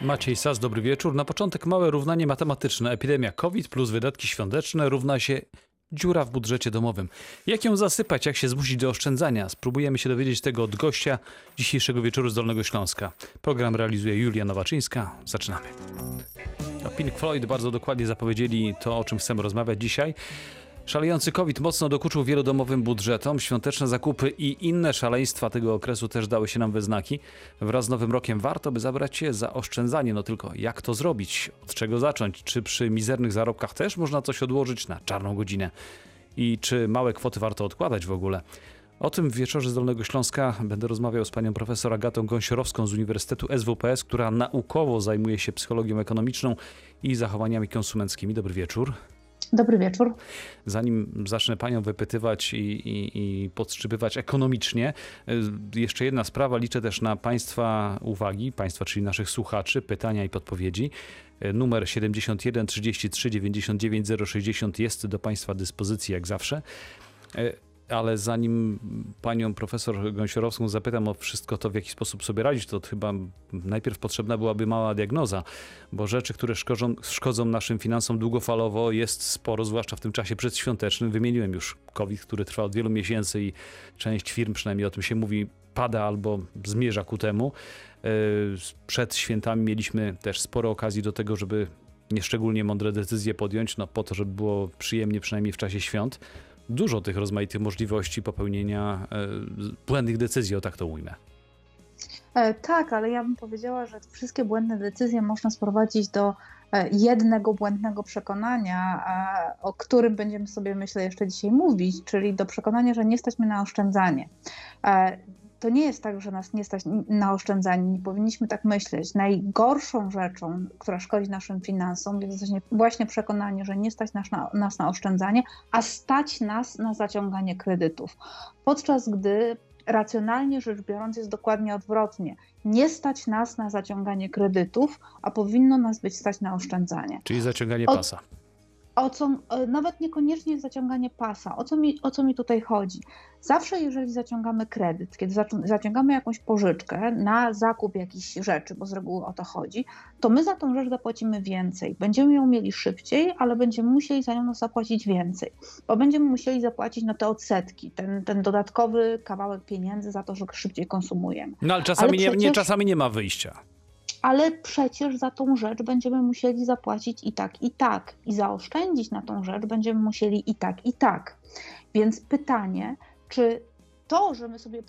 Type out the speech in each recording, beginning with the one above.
Maciej Sas, dobry wieczór. Na początek małe równanie matematyczne. Epidemia COVID plus wydatki świąteczne równa się dziura w budżecie domowym. Jak ją zasypać, jak się zmusić do oszczędzania? Spróbujemy się dowiedzieć tego od gościa dzisiejszego wieczoru z Dolnego Śląska. Program realizuje Julia Nowaczyńska. Zaczynamy. Pink Floyd bardzo dokładnie zapowiedzieli to, o czym chcemy rozmawiać dzisiaj. Szalejący COVID mocno dokuczył wielodomowym budżetom. Świąteczne zakupy i inne szaleństwa tego okresu też dały się nam we znaki. Wraz z Nowym Rokiem warto by zabrać się za oszczędzanie. No tylko jak to zrobić? Od czego zacząć? Czy przy mizernych zarobkach też można coś odłożyć na czarną godzinę? I czy małe kwoty warto odkładać w ogóle? O tym w wieczorze z Dolnego Śląska będę rozmawiał z panią profesor Agatą Gąsiorowską z Uniwersytetu SWPS, która naukowo zajmuje się psychologią ekonomiczną i zachowaniami konsumenckimi. Dobry wieczór. Dobry wieczór. Zanim zacznę panią wypytywać i podszybywać ekonomicznie, jeszcze jedna sprawa. Liczę też na państwa uwagi, państwa, czyli naszych słuchaczy, pytania i podpowiedzi. Numer 71 33 99 060 jest do państwa dyspozycji jak zawsze. Ale zanim panią profesor Gąsiorowską zapytam o wszystko to, w jaki sposób sobie radzić, to chyba najpierw potrzebna byłaby mała diagnoza, bo rzeczy, które szkodzą naszym finansom długofalowo jest sporo, zwłaszcza w tym czasie przedświątecznym. Wymieniłem już COVID, który trwa od wielu miesięcy i część firm, przynajmniej o tym się mówi, pada albo zmierza ku temu. Przed świętami mieliśmy też sporo okazji do tego, żeby nieszczególnie mądre decyzje podjąć, no po to, żeby było przyjemnie, przynajmniej w czasie świąt. Dużo tych rozmaitych możliwości popełnienia błędnych decyzji, o tak to ujmę. Tak, ale ja bym powiedziała, że wszystkie błędne decyzje można sprowadzić do jednego błędnego przekonania, o którym będziemy sobie, myślę, jeszcze dzisiaj mówić, czyli do przekonania, że nie stać mnie na oszczędzanie. To nie jest tak, że nas nie stać na oszczędzanie, nie powinniśmy tak myśleć. Najgorszą rzeczą, która szkodzi naszym finansom, jest właśnie przekonanie, że nie stać nas na oszczędzanie, a stać nas na zaciąganie kredytów. Podczas gdy racjonalnie rzecz biorąc jest dokładnie odwrotnie. Nie stać nas na zaciąganie kredytów, a powinno nas być stać na oszczędzanie. Czyli zaciąganie pasa. Nawet niekoniecznie zaciąganie pasa. O co mi tutaj chodzi? Zawsze jeżeli zaciągamy kredyt, kiedy zaciągamy jakąś pożyczkę na zakup jakichś rzeczy, bo z reguły o to chodzi, to my za tą rzecz zapłacimy więcej. Będziemy ją mieli szybciej, ale będziemy musieli za nią zapłacić więcej, bo będziemy musieli zapłacić na te odsetki, ten dodatkowy kawałek pieniędzy za to, że szybciej konsumujemy. No ale czasami nie ma wyjścia. Ale przecież za tą rzecz będziemy musieli zapłacić i tak, i tak. I zaoszczędzić na tą rzecz będziemy musieli i tak, i tak. Więc pytanie, czy to, że my sobie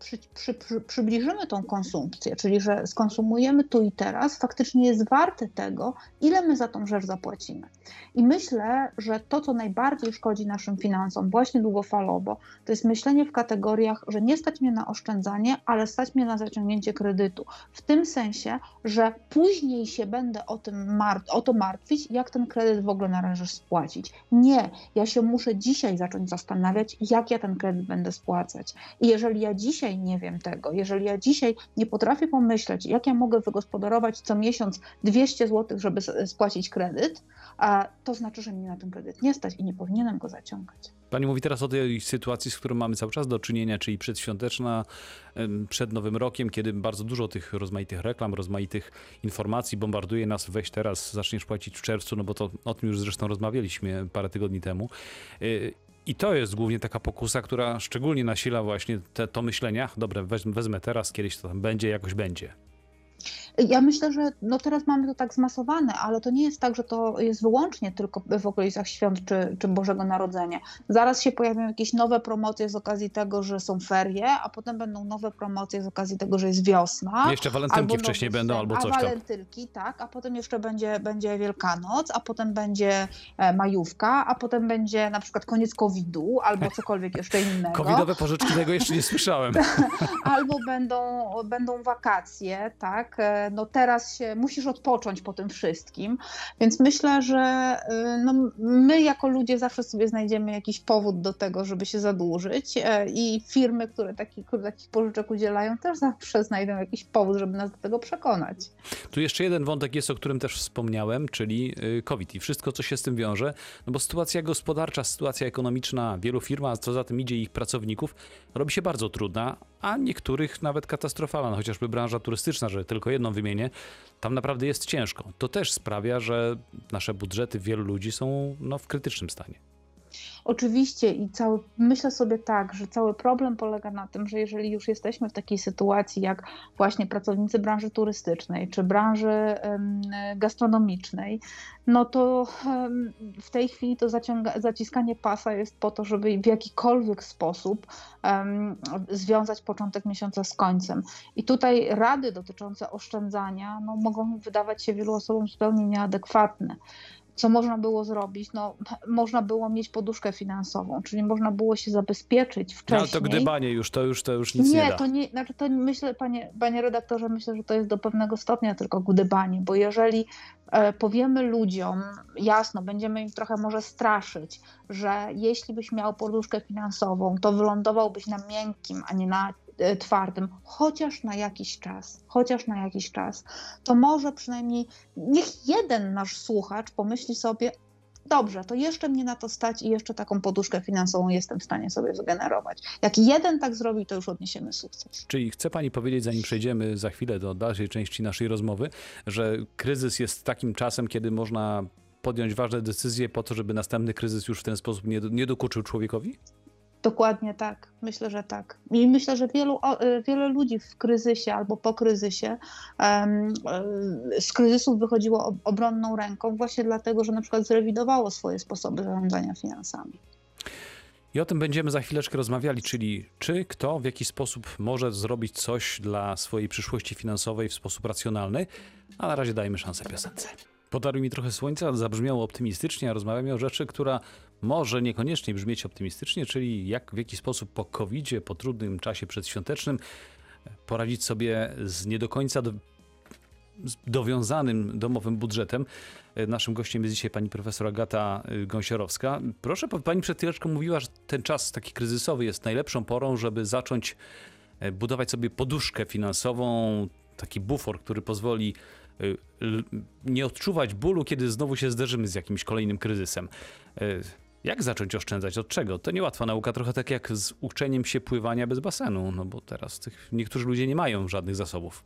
przybliżymy tą konsumpcję, czyli że skonsumujemy tu i teraz, faktycznie jest warte tego, ile my za tą rzecz zapłacimy. I myślę, że to, co najbardziej szkodzi naszym finansom, właśnie długofalowo, to jest myślenie w kategoriach, że nie stać mnie na oszczędzanie, ale stać mnie na zaciągnięcie kredytu. W tym sensie, że później się będę o to martwić, jak ten kredyt w ogóle należy spłacić. Nie, ja się muszę dzisiaj zacząć zastanawiać, jak ja ten kredyt będę spłacać. I jeżeli ja dzisiaj nie wiem tego, jeżeli ja dzisiaj nie potrafię pomyśleć, jak ja mogę wygospodarować co miesiąc 200 zł, żeby spłacić kredyt, to znaczy, że mnie na ten kredyt nie stać i nie powinienem go zaciągać. Pani mówi teraz o tej sytuacji, z którą mamy cały czas do czynienia, czyli przedświąteczna, przed Nowym Rokiem, kiedy bardzo dużo tych rozmaitych reklam, rozmaitych informacji bombarduje nas, weź teraz, zaczniesz płacić w czerwcu, no bo to o tym już zresztą rozmawialiśmy parę tygodni temu. I to jest głównie taka pokusa, która szczególnie nasila właśnie to myślenie, dobra, wezmę teraz, kiedyś to tam będzie, jakoś będzie. Ja myślę, że teraz mamy to tak zmasowane, ale to nie jest tak, że to jest wyłącznie tylko w okolicach świąt czy Bożego Narodzenia. Zaraz się pojawią jakieś nowe promocje z okazji tego, że są ferie, a potem będą nowe promocje z okazji tego, że jest wiosna. Jeszcze walentynki wcześniej będą albo coś tam. A walentynki, tak, a potem jeszcze będzie Wielkanoc, a potem będzie majówka, a potem będzie na przykład koniec COVID-u albo cokolwiek jeszcze innego. Covidowe pożyczki, tego jeszcze nie słyszałem. Albo będą wakacje, tak. Teraz musisz odpocząć po tym wszystkim, więc myślę, że my jako ludzie zawsze sobie znajdziemy jakiś powód do tego, żeby się zadłużyć i firmy, które takich pożyczek udzielają, też zawsze znajdą jakiś powód, żeby nas do tego przekonać. Tu jeszcze jeden wątek jest, o którym też wspomniałem, czyli COVID i wszystko, co się z tym wiąże, no bo sytuacja gospodarcza, sytuacja ekonomiczna wielu firm, a co za tym idzie ich pracowników, robi się bardzo trudna, a niektórych nawet katastrofalna, no chociażby branża turystyczna, że tylko jedną wymienię, tam naprawdę jest ciężko. To też sprawia, że nasze budżety wielu ludzi są w krytycznym stanie. Oczywiście myślę sobie tak, że cały problem polega na tym, że jeżeli już jesteśmy w takiej sytuacji jak właśnie pracownicy branży turystycznej czy branży gastronomicznej, no to w tej chwili to zaciskanie pasa jest po to, żeby w jakikolwiek sposób związać początek miesiąca z końcem. I tutaj rady dotyczące oszczędzania mogą wydawać się wielu osobom zupełnie nieadekwatne. Co można było zrobić? Można było mieć poduszkę finansową, czyli można było się zabezpieczyć wcześniej. No, ale to gdybanie to już nic nie da. To myślę, panie redaktorze, myślę, że to jest do pewnego stopnia tylko gdybanie, bo jeżeli powiemy ludziom, jasno, będziemy im trochę może straszyć, że jeśli byś miał poduszkę finansową, to wylądowałbyś na miękkim, a nie na twardym, chociaż na jakiś czas, to może przynajmniej niech jeden nasz słuchacz pomyśli sobie, dobrze, to jeszcze mnie na to stać i jeszcze taką poduszkę finansową jestem w stanie sobie wygenerować. Jak jeden tak zrobi, to już odniesiemy sukces. Czyli chce pani powiedzieć, zanim przejdziemy za chwilę do dalszej części naszej rozmowy, że kryzys jest takim czasem, kiedy można podjąć ważne decyzje po to, żeby następny kryzys już w ten sposób nie dokuczył człowiekowi? Dokładnie tak. Myślę, że tak. I myślę, że wiele ludzi w kryzysie albo po kryzysie z kryzysów wychodziło obronną ręką właśnie dlatego, że na przykład zrewidowało swoje sposoby zarządzania finansami. I o tym będziemy za chwileczkę rozmawiali, czyli czy kto w jaki sposób może zrobić coś dla swojej przyszłości finansowej w sposób racjonalny, a na razie dajmy szansę piosence. Podaruj mi trochę słońca, zabrzmiało optymistycznie, a rozmawiamy o rzeczy, która może niekoniecznie brzmieć optymistycznie, czyli w jaki sposób po COVID-zie, po trudnym czasie przedświątecznym poradzić sobie z nie do końca dowiązanym domowym budżetem. Naszym gościem jest dzisiaj pani profesor Agata Gąsiorowska. Proszę, pani przed chwileczką mówiła, że ten czas taki kryzysowy jest najlepszą porą, żeby zacząć budować sobie poduszkę finansową, taki bufor, który pozwoli nie odczuwać bólu, kiedy znowu się zderzymy z jakimś kolejnym kryzysem. Jak zacząć oszczędzać? Od czego? To niełatwa nauka, trochę tak jak z uczeniem się pływania bez basenu, bo teraz niektórzy ludzie nie mają żadnych zasobów.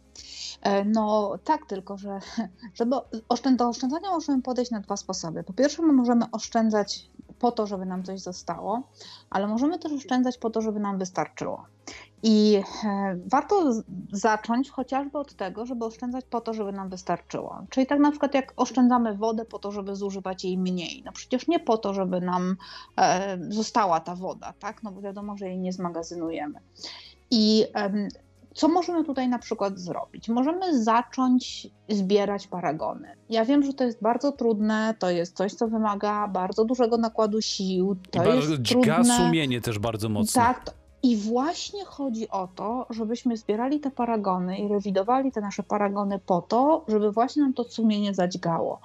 No tak, tylko że żeby do oszczędzania możemy podejść na dwa sposoby. Po pierwsze, my możemy oszczędzać po to, żeby nam coś zostało, ale możemy też oszczędzać po to, żeby nam wystarczyło. I warto zacząć chociażby od tego, żeby oszczędzać po to, żeby nam wystarczyło. Czyli tak na przykład jak oszczędzamy wodę po to, żeby zużywać jej mniej. No przecież nie po to, żeby nam została ta woda, tak? No bo wiadomo, że jej nie zmagazynujemy. I co możemy tutaj na przykład zrobić? Możemy zacząć zbierać paragony. Ja wiem, że to jest bardzo trudne, to jest coś, co wymaga bardzo dużego nakładu sił. To jest trudne. Sumienie też bardzo mocno. Tak, i właśnie chodzi o to, żebyśmy zbierali te paragony i rewidowali te nasze paragony po to, żeby właśnie nam to sumienie zadźgało.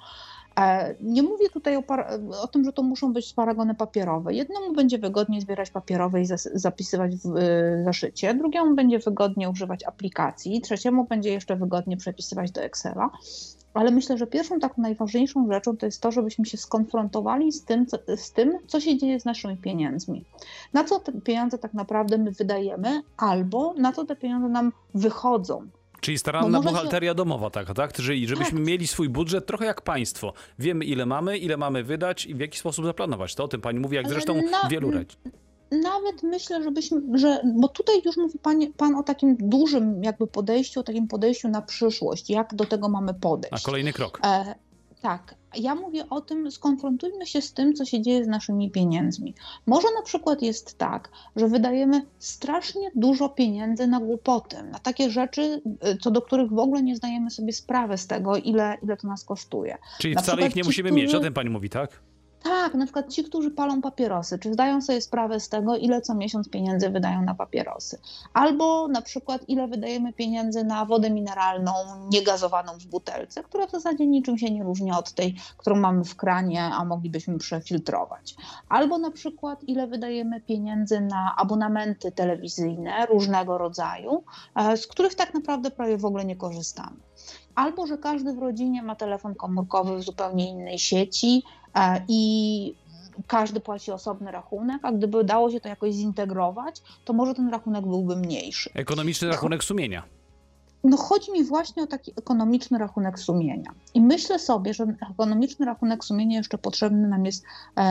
Nie mówię tutaj o tym, że to muszą być paragony papierowe. Jednemu będzie wygodnie zbierać papierowe i zapisywać w zaszycie, drugiemu będzie wygodnie używać aplikacji, trzeciemu będzie jeszcze wygodnie przepisywać do Excela. Ale myślę, że pierwszą taką najważniejszą rzeczą to jest to, żebyśmy się skonfrontowali z tym, co się dzieje z naszymi pieniędzmi. Na co te pieniądze tak naprawdę my wydajemy, albo na co te pieniądze nam wychodzą. Czyli staranna buchalteria domowa, tak? Czyli żebyśmy mieli swój budżet trochę jak państwo. Wiemy, ile mamy wydać i w jaki sposób zaplanować. To o tym pani mówi, jak zresztą wielu radzi. Nawet myślę, bo tutaj już mówi pan o takim dużym jakby podejściu, o takim podejściu na przyszłość, jak do tego mamy podejść. A kolejny krok. Tak, ja mówię o tym, skonfrontujmy się z tym, co się dzieje z naszymi pieniędzmi. Może na przykład jest tak, że wydajemy strasznie dużo pieniędzy na głupoty, na takie rzeczy, co do których w ogóle nie zdajemy sobie sprawy z tego, ile to nas kosztuje. Czyli wcale ich nie musimy mieć, o tym pani mówi, tak? Tak, na przykład ci, którzy palą papierosy, czy zdają sobie sprawę z tego, ile co miesiąc pieniędzy wydają na papierosy. Albo na przykład ile wydajemy pieniędzy na wodę mineralną niegazowaną w butelce, która w zasadzie niczym się nie różni od tej, którą mamy w kranie, a moglibyśmy przefiltrować. Albo na przykład ile wydajemy pieniędzy na abonamenty telewizyjne różnego rodzaju, z których tak naprawdę prawie w ogóle nie korzystamy. Albo że każdy w rodzinie ma telefon komórkowy w zupełnie innej sieci i każdy płaci osobny rachunek, a gdyby dało się to jakoś zintegrować, to może ten rachunek byłby mniejszy. Ekonomiczny rachunek sumienia. No chodzi mi właśnie o taki ekonomiczny rachunek sumienia. I myślę sobie, że ekonomiczny rachunek sumienia jeszcze potrzebny nam jest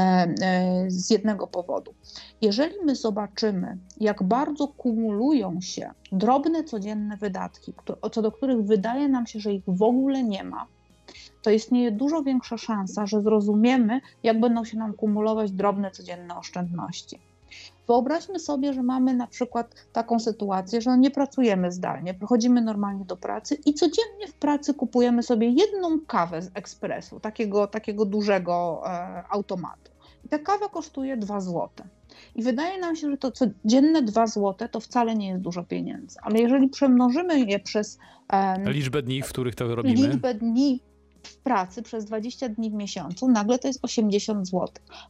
z jednego powodu. Jeżeli my zobaczymy, jak bardzo kumulują się drobne, codzienne wydatki, co do których wydaje nam się, że ich w ogóle nie ma, to istnieje dużo większa szansa, że zrozumiemy, jak będą się nam kumulować drobne, codzienne oszczędności. Wyobraźmy sobie, że mamy na przykład taką sytuację, że nie pracujemy zdalnie, chodzimy normalnie do pracy i codziennie w pracy kupujemy sobie jedną kawę z ekspresu, takiego dużego automatu. I ta kawa kosztuje 2 zł. I wydaje nam się, że to codzienne 2 zł to wcale nie jest dużo pieniędzy. Ale jeżeli przemnożymy je przez liczbę dni, w których to robimy. Liczbę dni w pracy przez 20 dni w miesiącu, nagle to jest 80 zł.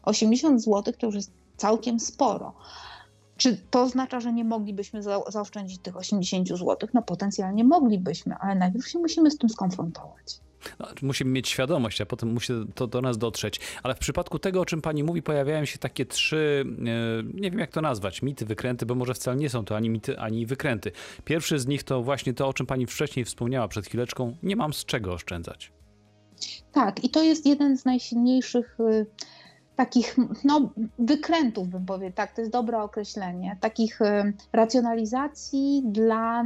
80 zł to już jest całkiem sporo. Czy to oznacza, że nie moglibyśmy zaoszczędzić tych 80 zł? No potencjalnie moglibyśmy, ale najpierw się musimy z tym skonfrontować. No, musimy mieć świadomość, a potem musi to do nas dotrzeć. Ale w przypadku tego, o czym pani mówi, pojawiają się takie 3, nie wiem jak to nazwać, mity, wykręty, bo może wcale nie są to ani mity, ani wykręty. Pierwszy z nich to właśnie to, o czym pani wcześniej wspomniała przed chwileczką, nie mam z czego oszczędzać. Tak, i to jest jeden z najsilniejszych takich wykrętów, bym powiedział, tak, to jest dobre określenie, takich racjonalizacji dla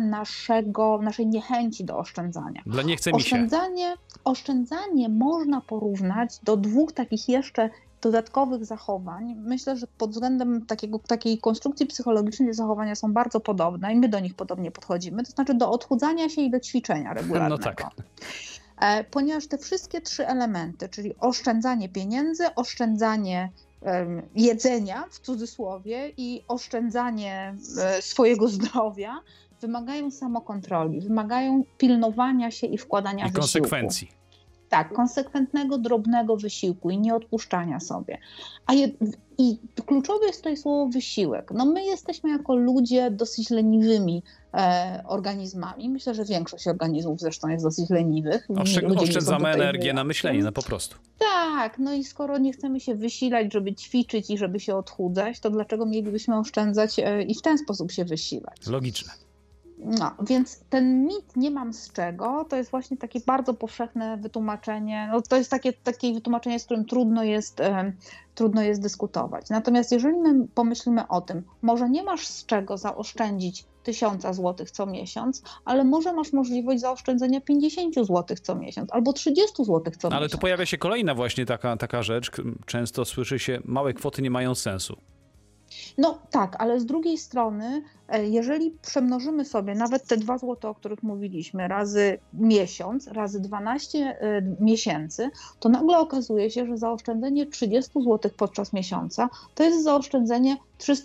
naszej niechęci do oszczędzania. Dla nie chce mi się. Oszczędzanie można porównać do 2 takich jeszcze dodatkowych zachowań. Myślę, że pod względem takiej konstrukcji psychologicznej te zachowania są bardzo podobne i my do nich podobnie podchodzimy, to znaczy do odchudzania się i do ćwiczenia regularnego. No tak. Ponieważ te wszystkie 3 elementy, czyli oszczędzanie pieniędzy, oszczędzanie jedzenia w cudzysłowie i oszczędzanie swojego zdrowia wymagają samokontroli, wymagają pilnowania się i wkładania wysiłku. Konsekwencji. Tak, konsekwentnego, drobnego wysiłku i nieodpuszczania sobie. I kluczowe jest tutaj słowo wysiłek. No my jesteśmy jako ludzie dosyć leniwymi organizmami. Myślę, że większość organizmów zresztą jest dosyć leniwych. Oszczędzamy energię na myślenie, no po prostu. Tak, no i skoro nie chcemy się wysilać, żeby ćwiczyć i żeby się odchudzać, to dlaczego mielibyśmy oszczędzać i w ten sposób się wysilać? Logiczne. No, więc ten mit nie mam z czego, to jest właśnie takie bardzo powszechne wytłumaczenie, no to jest takie wytłumaczenie, z którym trudno jest dyskutować. Natomiast jeżeli my pomyślimy o tym, może nie masz z czego zaoszczędzić 1000 zł co miesiąc, ale może masz możliwość zaoszczędzenia 50 zł co miesiąc albo 30 zł co miesiąc. Ale tu pojawia się kolejna właśnie taka rzecz, często słyszy się, małe kwoty nie mają sensu. No tak, ale z drugiej strony, jeżeli przemnożymy sobie nawet te 2 zł, o których mówiliśmy, razy miesiąc, razy 12 miesięcy, to nagle okazuje się, że zaoszczędzenie 30 zł podczas miesiąca to jest zaoszczędzenie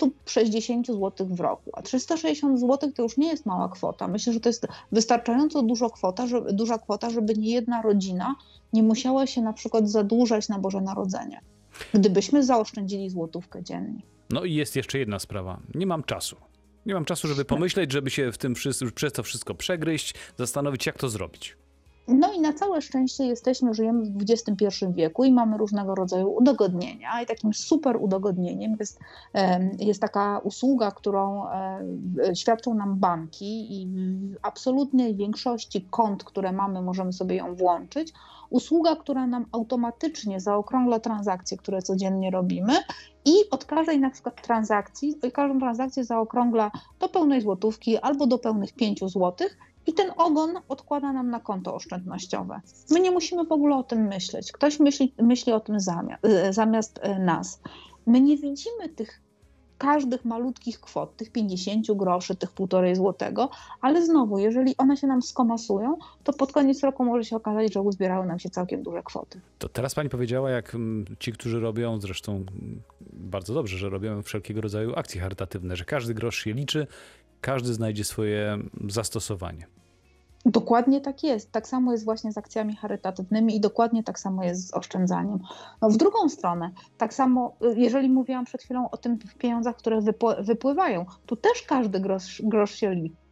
360 zł w roku. A 360 zł to już nie jest mała kwota. Myślę, że to jest wystarczająco duża kwota, żeby niejedna rodzina nie musiała się na przykład zadłużać na Boże Narodzenie, gdybyśmy zaoszczędzili złotówkę dziennie. No i jest jeszcze jedna sprawa. Nie mam czasu. Nie mam czasu, żeby pomyśleć, żeby się przez to wszystko przegryźć, zastanowić, jak to zrobić. No i na całe szczęście żyjemy w XXI wieku i mamy różnego rodzaju udogodnienia. I takim super udogodnieniem jest taka usługa, którą świadczą nam banki i w absolutnej większości kont, które mamy, możemy sobie ją włączyć. Usługa, która nam automatycznie zaokrągla transakcje, które codziennie robimy i od każdej na przykład każdą transakcję zaokrągla do pełnej złotówki albo do pełnych 5 złotych. I ten ogon odkłada nam na konto oszczędnościowe. My nie musimy w ogóle o tym myśleć. Ktoś myśli o tym zamiast nas. My nie widzimy tych każdych malutkich kwot, tych 50 groszy, tych 1,5 złotego, ale znowu, jeżeli one się nam skomasują, to pod koniec roku może się okazać, że uzbierały nam się całkiem duże kwoty. To teraz pani powiedziała, jak ci, którzy robią, zresztą bardzo dobrze, że robią wszelkiego rodzaju akcje charytatywne, że każdy grosz się liczy, każdy znajdzie swoje zastosowanie. Dokładnie tak jest. Tak samo jest właśnie z akcjami charytatywnymi i dokładnie tak samo jest z oszczędzaniem. No w drugą stronę, tak samo, jeżeli mówiłam przed chwilą o tych pieniądzach, które wypływają, tu też każdy grosz się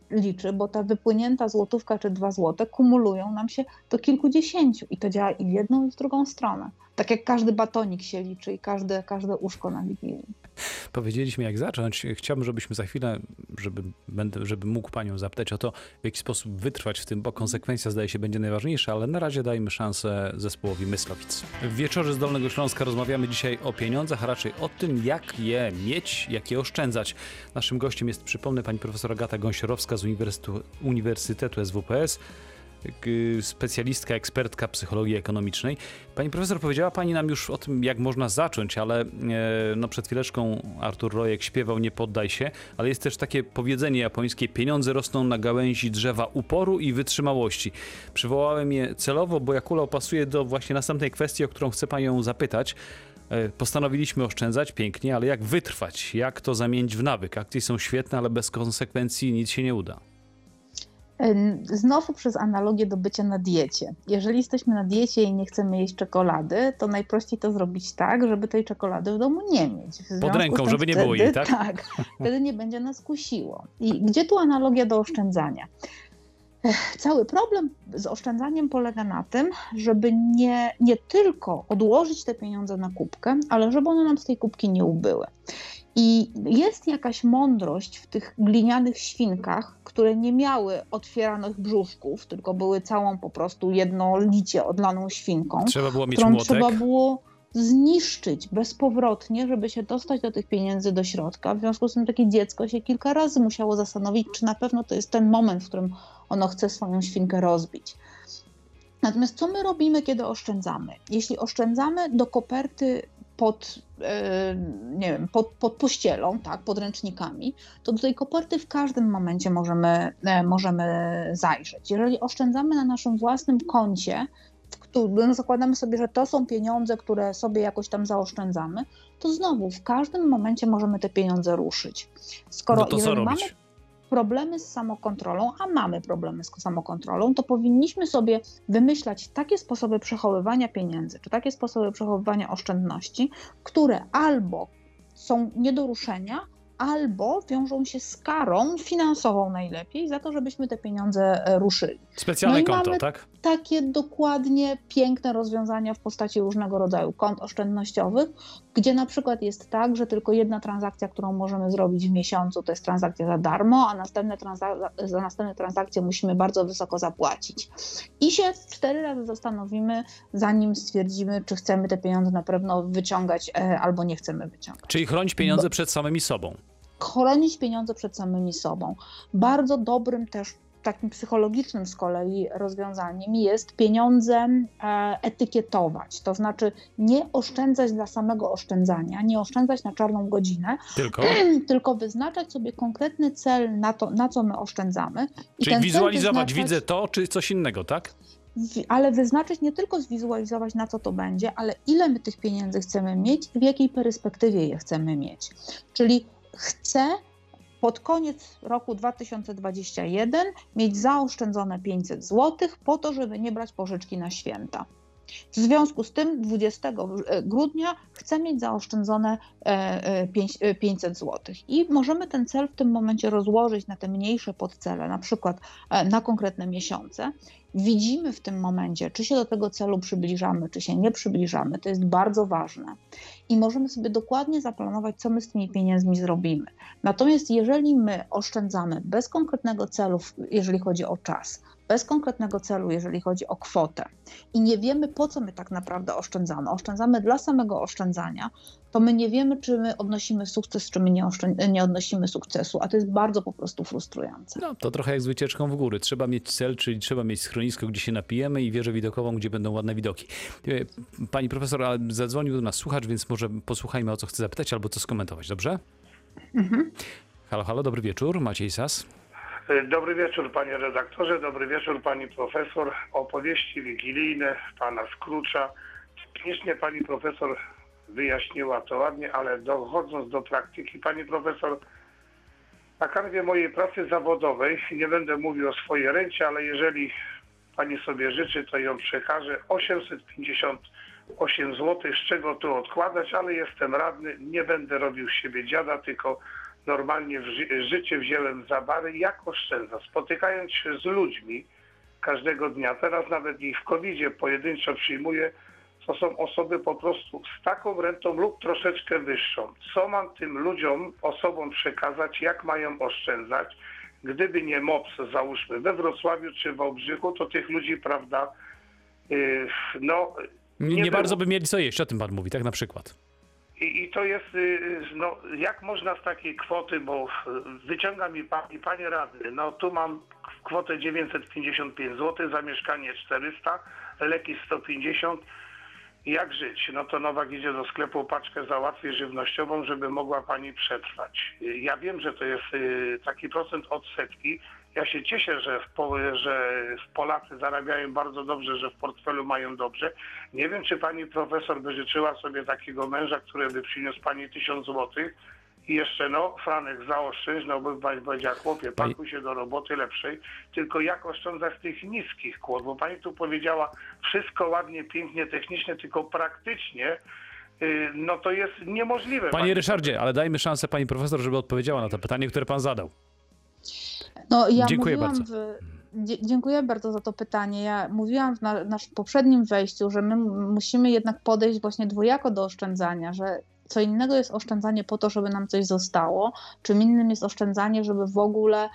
liczy, bo ta wypłynięta złotówka czy 2 złote kumulują nam się do kilkudziesięciu i to działa i w jedną i w drugą stronę. Tak jak każdy batonik się liczy i każde uszko na Wigilii. Powiedzieliśmy, jak zacząć. Chciałbym, żebyśmy za chwilę, żeby mógł panią zapytać o to, w jaki sposób wytrwać w tym, bo konsekwencja, zdaje się, będzie najważniejsza, ale na razie dajmy szansę zespołowi Myslowic. W Wieczorze z Dolnego Śląska rozmawiamy dzisiaj o pieniądzach, a raczej o tym, jak je mieć, jak je oszczędzać. Naszym gościem jest, przypomnę, pani profesor Agata Gąsiorowska z Uniwersytetu SWPS, specjalistka, ekspertka psychologii ekonomicznej. Pani profesor, powiedziała pani nam już o tym, jak można zacząć, ale no przed chwileczką Artur Rojek śpiewał "Nie poddaj się", ale jest też takie powiedzenie japońskie: pieniądze rosną na gałęzi drzewa uporu i wytrzymałości. Przywołałem je celowo, bo Jakula pasuje do właśnie następnej kwestii, o którą chcę panią zapytać. Postanowiliśmy oszczędzać, pięknie, ale jak wytrwać? Jak to zamienić w nawyk? Akcje są świetne, ale bez konsekwencji nic się nie uda. Znowu przez analogię do bycia na diecie. Jeżeli jesteśmy na diecie i nie chcemy jeść czekolady, to najprościej to zrobić tak, żeby tej czekolady w domu nie mieć. Pod ręką, żeby nie było jej, tak? Tak, wtedy nie będzie nas kusiło. I gdzie tu analogia do oszczędzania? Cały problem z oszczędzaniem polega na tym, żeby nie tylko odłożyć te pieniądze na kubkę, ale żeby one nam z tej kubki nie ubyły. I jest jakaś mądrość w tych glinianych świnkach, które nie miały otwieranych brzuszków, tylko były całą po prostu jednolicie odlaną świnką, Trzeba było mieć którą młotek. trzeba było zniszczyć bezpowrotnie, żeby się dostać do tych pieniędzy do środka. W związku z tym takie dziecko się kilka razy musiało zastanowić, czy na pewno to jest ten moment, w którym ono chce swoją świnkę rozbić. Natomiast co my robimy, kiedy oszczędzamy? Jeśli oszczędzamy do koperty pod pościelą, tak, pod ręcznikami, to do tej koperty w każdym momencie możemy zajrzeć. Jeżeli oszczędzamy na naszym własnym koncie, zakładamy sobie, że to są pieniądze, które sobie jakoś tam zaoszczędzamy, to znowu w każdym momencie możemy te pieniądze ruszyć. No to co robić? Mamy problemy z samokontrolą, a mamy problemy z samokontrolą, to powinniśmy sobie wymyślać takie sposoby przechowywania pieniędzy, czy takie sposoby przechowywania oszczędności, które albo są nie do ruszenia, albo wiążą się z karą finansową najlepiej za to, żebyśmy te pieniądze ruszyli. Specjalne konto, mamy tak? takie dokładnie piękne rozwiązania w postaci różnego rodzaju kont oszczędnościowych, gdzie na przykład jest tak, że tylko jedna transakcja, którą możemy zrobić w miesiącu, to jest transakcja za darmo, a za następne transakcje musimy bardzo wysoko zapłacić. I się 4 razy zastanowimy, zanim stwierdzimy, czy chcemy te pieniądze na pewno wyciągać albo nie chcemy wyciągać. Czyli chronić pieniądze przed samymi sobą. Chronić pieniądze przed samymi sobą. Bardzo dobrym też takim psychologicznym z kolei rozwiązaniem jest pieniądze etykietować. To znaczy nie oszczędzać dla samego oszczędzania, nie oszczędzać na czarną godzinę, tylko wyznaczać sobie konkretny cel na co my oszczędzamy. Czyli wizualizować, widzę to, czy coś innego, tak? Ale wyznaczyć, nie tylko zwizualizować, na co to będzie, ale ile my tych pieniędzy chcemy mieć i w jakiej perspektywie je chcemy mieć. Czyli chcę pod koniec roku 2021 mieć zaoszczędzone 500 zł po to, żeby nie brać pożyczki na święta. W związku z tym 20 grudnia chcę mieć zaoszczędzone 500 zł. I możemy ten cel w tym momencie rozłożyć na te mniejsze podcele, na przykład na konkretne miesiące. Widzimy w tym momencie, czy się do tego celu przybliżamy, czy się nie przybliżamy. To jest bardzo ważne. I możemy sobie dokładnie zaplanować, co my z tymi pieniędzmi zrobimy. Natomiast jeżeli my oszczędzamy bez konkretnego celu, jeżeli chodzi o czas, bez konkretnego celu, jeżeli chodzi o kwotę i nie wiemy, po co my tak naprawdę oszczędzamy dla samego oszczędzania, to my nie wiemy, czy my odnosimy sukces, czy my nie odnosimy sukcesu, a to jest bardzo po prostu frustrujące. No, to trochę jak z wycieczką w góry. Trzeba mieć cel, czyli trzeba mieć schronisko, gdzie się napijemy i wieżę widokową, gdzie będą ładne widoki. Pani profesor, zadzwonił do nas słuchacz, więc może posłuchajmy, o co chce zapytać albo co skomentować, dobrze? Mhm. Halo, halo, dobry wieczór, Maciej Sas. Dobry wieczór panie redaktorze, dobry wieczór pani profesor. Opowieści wigilijne pana Scrooge'a. Technicznie pani profesor wyjaśniła to ładnie, ale dochodząc do praktyki, pani profesor, na kanwie mojej pracy zawodowej, nie będę mówił o swojej rencie, ale jeżeli pani sobie życzy, to ją przekażę, 858 zł, z czego tu odkładać, ale jestem radny, nie będę robił z siebie dziada, tylko normalnie życie wziąłem za bary, jak oszczędza. Spotykając się z ludźmi każdego dnia, teraz nawet ich w COVID-zie pojedynczo przyjmuję, to są osoby po prostu z taką rentą lub troszeczkę wyższą. Co mam tym ludziom, osobom przekazać, jak mają oszczędzać? Gdyby nie MOPS, załóżmy, we Wrocławiu czy w Wałbrzychu, to tych ludzi, prawda, no... Nie bardzo by mieli co jeść, o tym pan mówi, tak na przykład. I to jest, no jak można z takiej kwoty, bo wyciąga mi panie radny, no tu mam kwotę 955 zł, za mieszkanie 400, leki 150, jak żyć? No to Nowak idzie do sklepu, paczkę załatwi żywnościową, żeby mogła pani przetrwać. Ja wiem, że to jest taki procent odsetki. Ja się cieszę, że Polacy zarabiają bardzo dobrze, że w portfelu mają dobrze. Nie wiem, czy pani profesor by życzyła sobie takiego męża, który by przyniósł pani 1000 złotych i jeszcze, no, Franek, zaoszczędź, no bo pani powiedziała, chłopie, pakuj się do roboty lepszej, tylko jak oszczędzać z tych niskich kwot, bo pani tu powiedziała wszystko ładnie, pięknie, technicznie, tylko praktycznie, no to jest niemożliwe. Panie Ryszardzie, ale dajmy szansę pani profesor, żeby odpowiedziała na to pytanie, które pan zadał. No, ja Dziękuję bardzo. Dziękuję bardzo za to pytanie. Ja mówiłam w naszym poprzednim wejściu, że my musimy jednak podejść właśnie dwojako do oszczędzania, że co innego jest oszczędzanie po to, żeby nam coś zostało, czym innym jest oszczędzanie, żeby w ogóle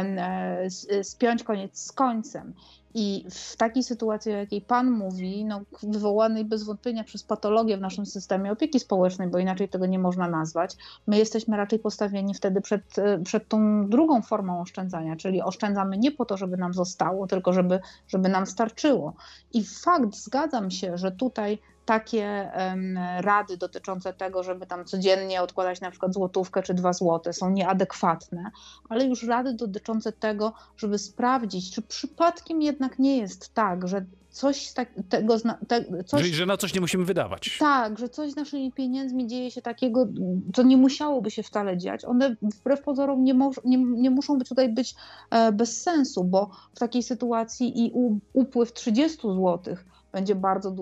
spiąć koniec z końcem. I w takiej sytuacji, o jakiej pan mówi, no, wywołanej bez wątpienia przez patologię w naszym systemie opieki społecznej, bo inaczej tego nie można nazwać, my jesteśmy raczej postawieni wtedy przed tą drugą formą oszczędzania, czyli oszczędzamy nie po to, żeby nam zostało, tylko żeby nam starczyło. I fakt, zgadzam się, że tutaj takie rady dotyczące tego, żeby tam codziennie odkładać na przykład złotówkę czy 2 złote są nieadekwatne, ale już rady dotyczące tego, żeby sprawdzić, czy przypadkiem jednak nie jest tak, że coś tego... Czyli, że na coś nie musimy wydawać. Tak, że coś z naszymi pieniędzmi dzieje się takiego, co nie musiałoby się wcale dziać. One wbrew pozorom nie muszą być bez sensu, bo w takiej sytuacji i upływ 30 złotych będzie bardzo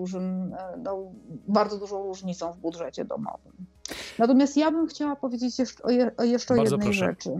dużą różnicą w budżecie domowym. Natomiast ja bym chciała powiedzieć jeszcze o jednej rzeczy.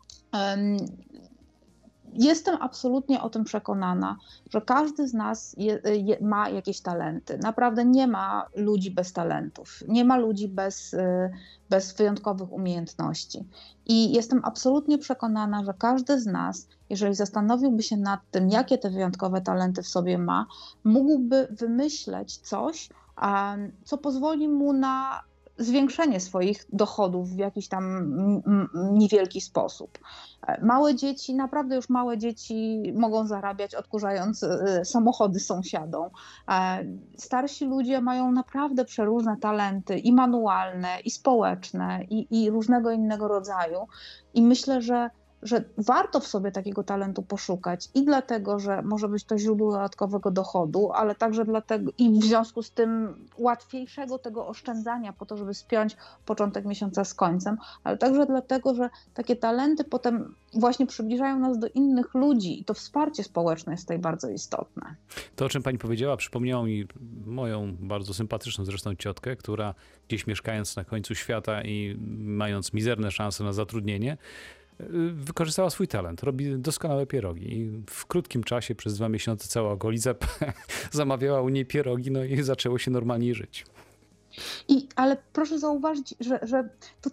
Jestem absolutnie o tym przekonana, że każdy z nas ma jakieś talenty. Naprawdę nie ma ludzi bez talentów, nie ma ludzi bez wyjątkowych umiejętności. I jestem absolutnie przekonana, że każdy z nas, jeżeli zastanowiłby się nad tym, jakie te wyjątkowe talenty w sobie ma, mógłby wymyśleć coś, co pozwoli mu na zwiększenie swoich dochodów w jakiś tam niewielki sposób. Małe dzieci, naprawdę już małe dzieci mogą zarabiać odkurzając samochody sąsiadom. Starsi ludzie mają naprawdę przeróżne talenty i manualne, i społeczne, i różnego innego rodzaju. I myślę, że warto w sobie takiego talentu poszukać i dlatego, że może być to źródło dodatkowego dochodu, ale także dlatego i w związku z tym łatwiejszego tego oszczędzania po to, żeby spiąć początek miesiąca z końcem, ale także dlatego, że takie talenty potem właśnie przybliżają nas do innych ludzi i to wsparcie społeczne jest tutaj bardzo istotne. To, o czym pani powiedziała, przypomniało mi moją bardzo sympatyczną zresztą ciotkę, która gdzieś mieszkając na końcu świata i mając mizerne szanse na zatrudnienie, wykorzystała swój talent, robi doskonałe pierogi i w krótkim czasie, przez 2 miesiące cała okolica zamawiała u niej pierogi, no i zaczęło się normalniej żyć. Ale proszę zauważyć, że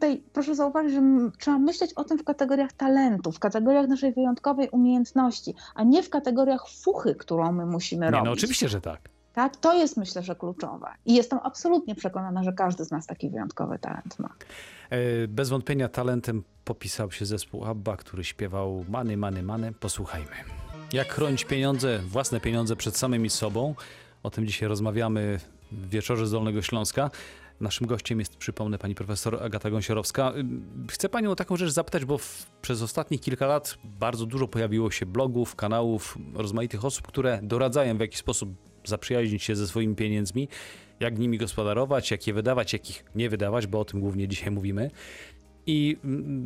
trzeba myśleć o tym w kategoriach talentu, w kategoriach naszej wyjątkowej umiejętności, a nie w kategoriach fuchy, którą my musimy robić. No oczywiście, że tak. Tak, to jest, myślę, że kluczowe. I jestem absolutnie przekonana, że każdy z nas taki wyjątkowy talent ma. Bez wątpienia talentem popisał się zespół ABBA, który śpiewał Money, Money, Money. Posłuchajmy. Jak chronić pieniądze, własne pieniądze przed samymi sobą. O tym dzisiaj rozmawiamy w Wieczorze z Dolnego Śląska. Naszym gościem jest, przypomnę, pani profesor Agata Gąsiorowska. Chcę panią o taką rzecz zapytać, bo przez ostatnich kilka lat bardzo dużo pojawiło się blogów, kanałów, rozmaitych osób, które doradzają, w jaki sposób zaprzyjaźnić się ze swoimi pieniędzmi, jak nimi gospodarować, jak je wydawać, jak ich nie wydawać, bo o tym głównie dzisiaj mówimy. I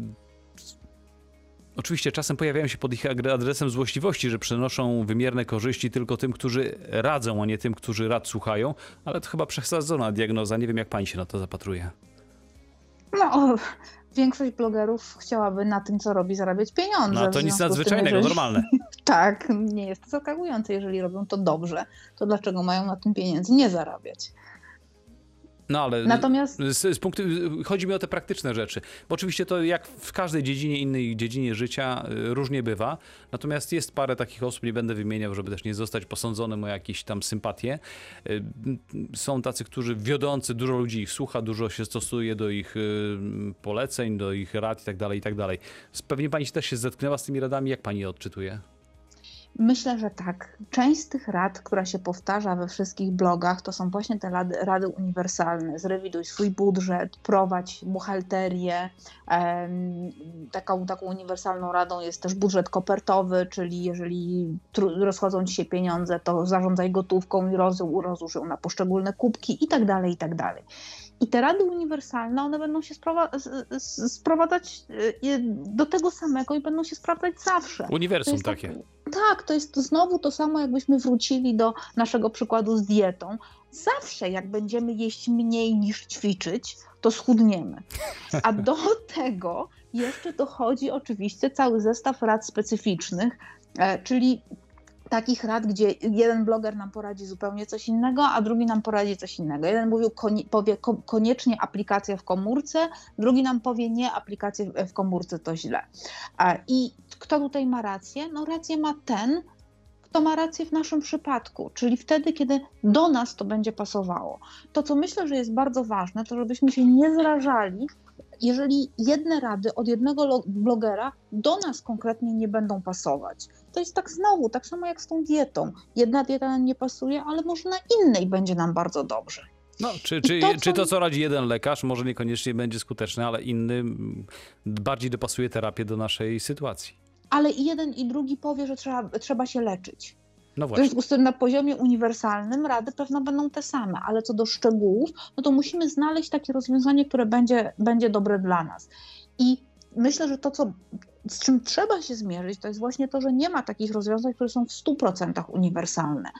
oczywiście czasem pojawiają się pod ich adresem złośliwości, że przynoszą wymierne korzyści tylko tym, którzy radzą, a nie tym, którzy rad słuchają, ale to chyba przesadzona diagnoza. Nie wiem, jak pani się na to zapatruje. No, Większość blogerów chciałaby na tym, co robi, zarabiać pieniądze. No to W nic związku z tym, nadzwyczajnego, jeżeli- normalne. Tak, nie jest to zaskakujące. Jeżeli robią to dobrze, to dlaczego mają na tym pieniędzy nie zarabiać? No ale Natomiast chodzi mi o te praktyczne rzeczy, bo oczywiście to jak w każdej dziedzinie, innej dziedzinie życia różnie bywa, natomiast jest parę takich osób, nie będę wymieniał, żeby też nie zostać posądzonym o jakieś tam sympatie. Są tacy, którzy wiodący, dużo ludzi ich słucha, dużo się stosuje do ich poleceń, do ich rad i tak dalej. Pewnie pani też się zetknęła z tymi radami, jak pani je odczytuje? myślę, że tak. Część z tych rad, która się powtarza we wszystkich blogach, to są właśnie te rady uniwersalne. Zrewiduj swój budżet, prowadź buchalterię. Taką uniwersalną radą jest też budżet kopertowy, czyli jeżeli rozchodzą ci się pieniądze, to zarządzaj gotówką i rozłóż ją na poszczególne kubki i tak dalej, i tak dalej. I te rady uniwersalne, one będą się sprowadzać do tego samego i będą się sprawdzać zawsze. Uniwersum takie. Tak, to jest znowu to samo, jakbyśmy wrócili do naszego przykładu z dietą. Zawsze jak będziemy jeść mniej niż ćwiczyć, to schudniemy. A do tego jeszcze dochodzi oczywiście cały zestaw rad specyficznych, czyli takich rad, gdzie jeden bloger nam poradzi zupełnie coś innego, a drugi nam poradzi coś innego. Jeden powie koniecznie aplikacja w komórce, drugi nam powie nie, aplikacje w komórce to źle. I kto tutaj ma rację? No rację ma ten, kto ma rację w naszym przypadku, czyli wtedy, kiedy do nas to będzie pasowało. To, co myślę, że jest bardzo ważne, to żebyśmy się nie zrażali, jeżeli jedne rady od jednego blogera do nas konkretnie nie będą pasować. To jest tak samo jak z tą dietą. Jedna dieta nam nie pasuje, ale może na innej będzie nam bardzo dobrze. No, czy to, co radzi jeden lekarz, może niekoniecznie będzie skuteczne, ale inny bardziej dopasuje terapię do naszej sytuacji. Ale i jeden i drugi powie, że trzeba się leczyć. No W właśnie. związku z tym na poziomie uniwersalnym rady pewno będą te same, ale co do szczegółów, no to musimy znaleźć takie rozwiązanie, które będzie dobre dla nas. I myślę, że to, z czym trzeba się zmierzyć, to jest właśnie to, że nie ma takich rozwiązań, które są w 100% uniwersalne.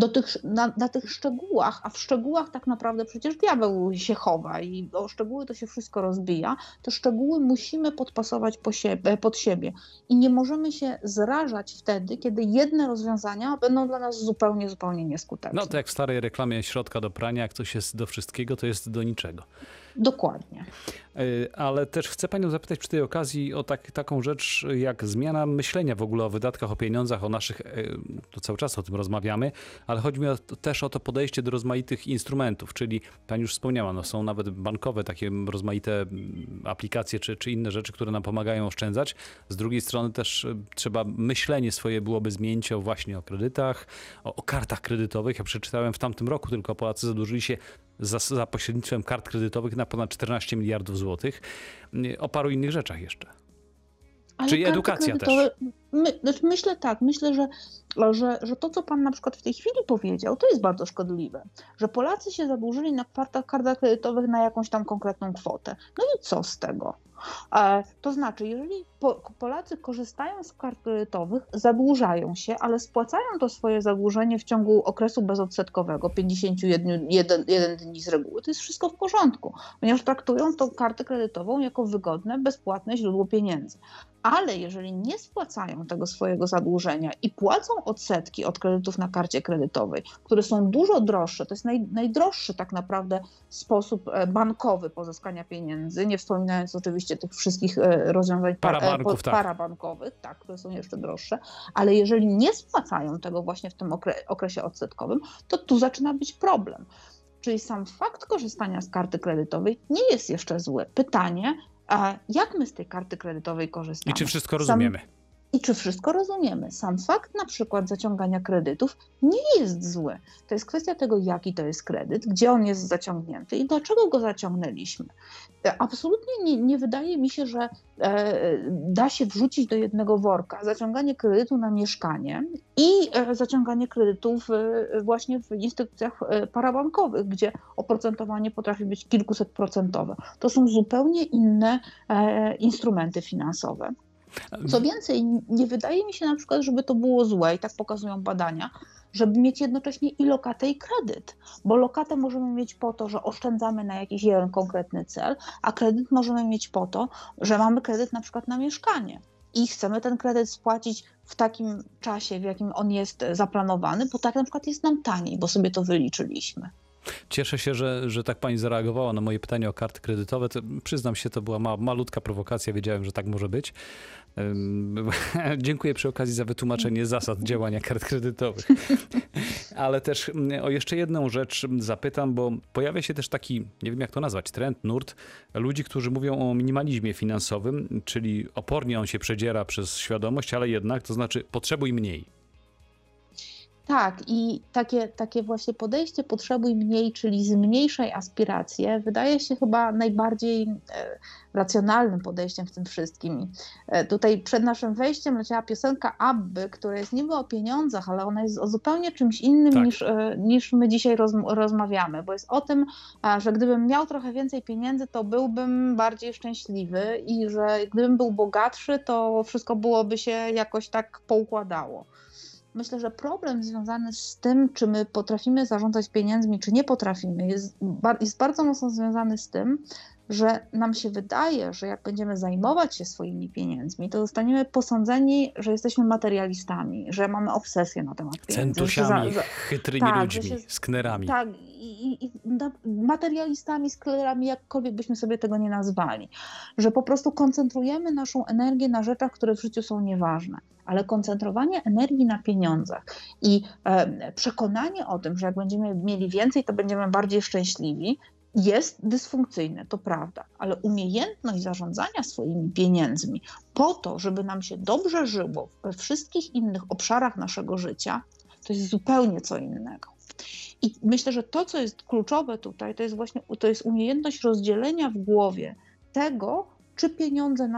Na tych szczegółach, a w szczegółach tak naprawdę przecież diabeł się chowa i o szczegóły to się wszystko rozbija, te szczegóły musimy podpasować pod siebie i nie możemy się zrażać wtedy, kiedy jedne rozwiązania będą dla nas zupełnie, zupełnie nieskuteczne. No to jak w starej reklamie środka do prania, jak coś jest do wszystkiego, to jest do niczego. Dokładnie. Ale też chcę panią zapytać przy tej okazji o taką rzecz, jak zmiana myślenia w ogóle o wydatkach, o pieniądzach, o naszych, to cały czas o tym rozmawiamy, ale chodzi mi też o to podejście do rozmaitych instrumentów, czyli pani już wspomniała, no są nawet bankowe takie rozmaite aplikacje czy inne rzeczy, które nam pomagają oszczędzać. Z drugiej strony też trzeba myślenie swoje byłoby zmienić właśnie o kredytach, o kartach kredytowych. Ja przeczytałem w tamtym roku tylko Polacy zadłużyli się za pośrednictwem kart kredytowych na ponad 14 miliardów złotych. O paru innych rzeczach jeszcze. Ale Czyli edukacja też. Myślę, że to, co pan na przykład w tej chwili powiedział, to jest bardzo szkodliwe. Że Polacy się zadłużyli na kartach kredytowych na jakąś tam konkretną kwotę. No i co z tego? To znaczy, jeżeli Polacy korzystają z kart kredytowych, zadłużają się, ale spłacają to swoje zadłużenie w ciągu okresu bezodsetkowego, 51 dni z reguły, to jest wszystko w porządku, ponieważ traktują tą kartę kredytową jako wygodne, bezpłatne źródło pieniędzy. Ale jeżeli nie spłacają tego swojego zadłużenia i płacą odsetki od kredytów na karcie kredytowej, które są dużo droższe, to jest najdroższy tak naprawdę sposób bankowy pozyskania pieniędzy, nie wspominając oczywiście tych wszystkich rozwiązań parabankowych, tak, które są jeszcze droższe, ale jeżeli nie spłacają tego właśnie w tym okresie odsetkowym, to tu zaczyna być problem. Czyli sam fakt korzystania z karty kredytowej nie jest jeszcze zły. Pytanie, jak my z tej karty kredytowej korzystamy? I czy wszystko rozumiemy? I czy wszystko rozumiemy? Sam fakt na przykład zaciągania kredytów nie jest zły. To jest kwestia tego, jaki to jest kredyt, gdzie on jest zaciągnięty i dlaczego go zaciągnęliśmy. Absolutnie nie wydaje mi się, że da się wrzucić do jednego worka zaciąganie kredytu na mieszkanie i zaciąganie kredytów właśnie w instytucjach parabankowych, gdzie oprocentowanie potrafi być kilkusetprocentowe. To są zupełnie inne instrumenty finansowe. Co więcej, nie wydaje mi się na przykład, żeby to było złe, i tak pokazują badania, żeby mieć jednocześnie i lokatę, i kredyt. Bo lokatę możemy mieć po to, że oszczędzamy na jakiś jeden konkretny cel, a kredyt możemy mieć po to, że mamy kredyt na przykład na mieszkanie i chcemy ten kredyt spłacić w takim czasie, w jakim on jest zaplanowany, bo tak na przykład jest nam taniej, bo sobie to wyliczyliśmy. Cieszę się, że tak pani zareagowała na moje pytanie o karty kredytowe. To, przyznam się, to była malutka prowokacja. Wiedziałem, że tak może być. Dziękuję przy okazji za wytłumaczenie zasad działania kart kredytowych. Ale też o jeszcze jedną rzecz zapytam, bo pojawia się też taki, nie wiem jak to nazwać, trend, nurt ludzi, którzy mówią o minimalizmie finansowym, czyli opornie on się przedziera przez świadomość, ale jednak, to znaczy potrzebuj mniej. Tak, i takie właśnie podejście potrzebuj mniej, czyli zmniejszaj aspiracje, wydaje się chyba najbardziej racjonalnym podejściem w tym wszystkim. Tutaj przed naszym wejściem leciała piosenka Abby, która jest niby o pieniądzach, ale ona jest o zupełnie czymś innym Tak. niż my dzisiaj rozmawiamy, bo jest o tym, że gdybym miał trochę więcej pieniędzy, to byłbym bardziej szczęśliwy i że gdybym był bogatszy, to wszystko byłoby się jakoś tak poukładało. Myślę, że problem związany z tym, czy my potrafimy zarządzać pieniędzmi, czy nie potrafimy, jest bardzo mocno związany z tym, że nam się wydaje, że jak będziemy zajmować się swoimi pieniędzmi, to zostaniemy posądzeni, że jesteśmy materialistami, że mamy obsesję na temat pieniędzy. Centusiami, chytrymi ludźmi, sknerami. Tak, i materialistami, sklerami, jakkolwiek byśmy sobie tego nie nazwali. Że po prostu koncentrujemy naszą energię na rzeczach, które w życiu są nieważne. Ale koncentrowanie energii na pieniądzach i przekonanie o tym, że jak będziemy mieli więcej, to będziemy bardziej szczęśliwi, jest dysfunkcyjne, to prawda, ale umiejętność zarządzania swoimi pieniędzmi po to, żeby nam się dobrze żyło we wszystkich innych obszarach naszego życia, to jest zupełnie co innego. I myślę, że to, co jest kluczowe tutaj, to jest umiejętność rozdzielenia w głowie tego, czy pieniądze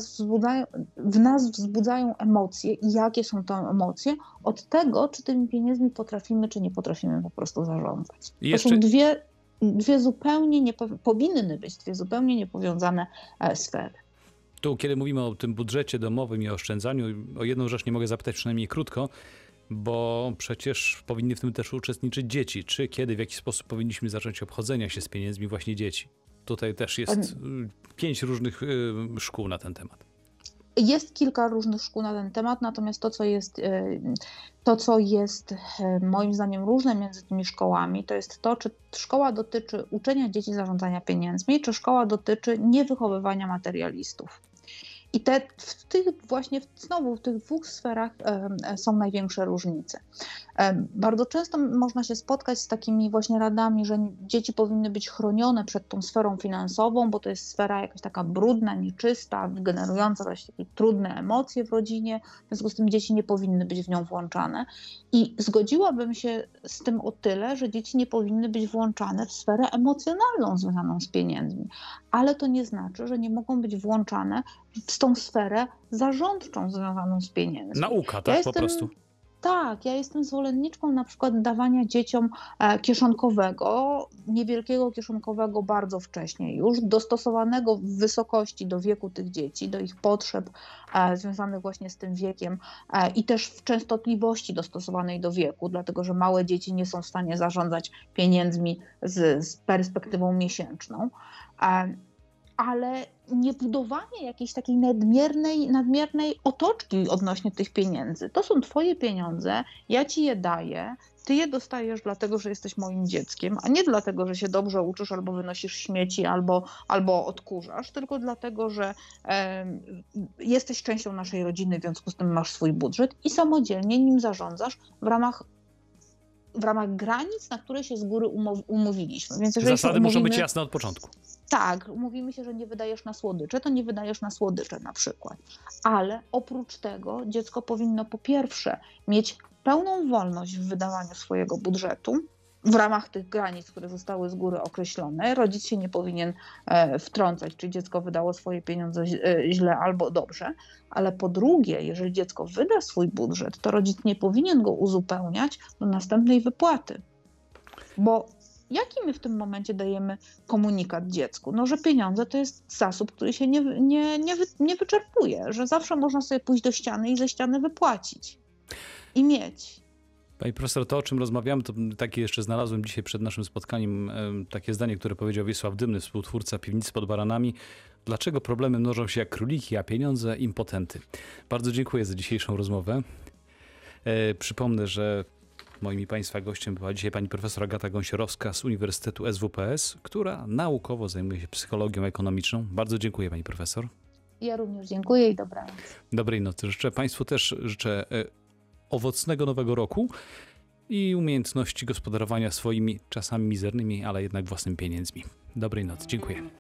w nas wzbudzają emocje i jakie są to emocje, od tego, czy tymi pieniędzmi potrafimy, czy nie potrafimy po prostu zarządzać. To są dwie zupełnie powinny być dwie zupełnie niepowiązane sfery. Tu, kiedy mówimy o tym budżecie domowym i oszczędzaniu, o jedną rzecz nie mogę zapytać przynajmniej krótko, bo przecież powinny w tym też uczestniczyć dzieci. Czy, kiedy, w jaki sposób powinniśmy zacząć obchodzenia się z pieniędzmi właśnie dzieci? Tutaj też jest 5 różnych szkół na ten temat. Jest kilka różnych szkół na ten temat, natomiast to, co jest moim zdaniem różne między tymi szkołami, to jest to, czy szkoła dotyczy uczenia dzieci zarządzania pieniędzmi, czy szkoła dotyczy niewychowywania materialistów. I znowu w tych dwóch sferach są największe różnice. Bardzo często można się spotkać z takimi właśnie radami, że dzieci powinny być chronione przed tą sferą finansową, bo to jest sfera jakaś taka brudna, nieczysta, generująca właśnie takie trudne emocje w rodzinie, w związku z tym dzieci nie powinny być w nią włączane. I zgodziłabym się z tym o tyle, że dzieci nie powinny być włączane w sferę emocjonalną związaną z pieniędzmi, ale to nie znaczy, że nie mogą być włączane w tą sferę zarządczą związaną z pieniędzmi. Nauka, tak, po prostu. Tak, ja jestem zwolenniczką na przykład dawania dzieciom kieszonkowego, niewielkiego kieszonkowego bardzo wcześnie już, dostosowanego w wysokości do wieku tych dzieci, do ich potrzeb związanych właśnie z tym wiekiem i też w częstotliwości dostosowanej do wieku, dlatego że małe dzieci nie są w stanie zarządzać pieniędzmi z perspektywą miesięczną. Ale nie budowanie jakiejś takiej nadmiernej otoczki odnośnie tych pieniędzy. To są twoje pieniądze, ja ci je daję, ty je dostajesz dlatego, że jesteś moim dzieckiem, a nie dlatego, że się dobrze uczysz albo wynosisz śmieci, albo odkurzasz, tylko dlatego, że jesteś częścią naszej rodziny, w związku z tym masz swój budżet i samodzielnie nim zarządzasz w ramach granic, na które się z góry umówiliśmy. Więc jeżeli zasady muszą być jasne od początku. Tak, umówimy się, że nie wydajesz na słodycze, to nie wydajesz na słodycze na przykład. Ale oprócz tego dziecko powinno po pierwsze mieć pełną wolność w wydawaniu swojego budżetu w ramach tych granic, które zostały z góry określone. Rodzic się nie powinien wtrącać, czy dziecko wydało swoje pieniądze źle albo dobrze. Ale po drugie, jeżeli dziecko wyda swój budżet, to rodzic nie powinien go uzupełniać do następnej wypłaty. Bo Jaki my w tym momencie dajemy komunikat dziecku? No, że pieniądze to jest zasób, który się nie wyczerpuje, że zawsze można sobie pójść do ściany i ze ściany wypłacić i mieć. Pani profesor, to o czym rozmawiamy, to takie jeszcze znalazłem dzisiaj przed naszym spotkaniem, takie zdanie, które powiedział Wiesław Dymny, współtwórca Piwnicy pod Baranami. Dlaczego problemy mnożą się jak króliki, a pieniądze impotenty? Bardzo dziękuję za dzisiejszą rozmowę. Przypomnę, że moim i Państwa gościem była dzisiaj pani profesor Agata Gąsiorowska z Uniwersytetu SWPS, która naukowo zajmuje się psychologią ekonomiczną. Bardzo dziękuję pani profesor. Ja również dziękuję i dobranoc. Dobrej nocy życzę. Państwu też życzę owocnego nowego roku i umiejętności gospodarowania swoimi czasami mizernymi, ale jednak własnymi pieniędzmi. Dobrej nocy. Dziękuję.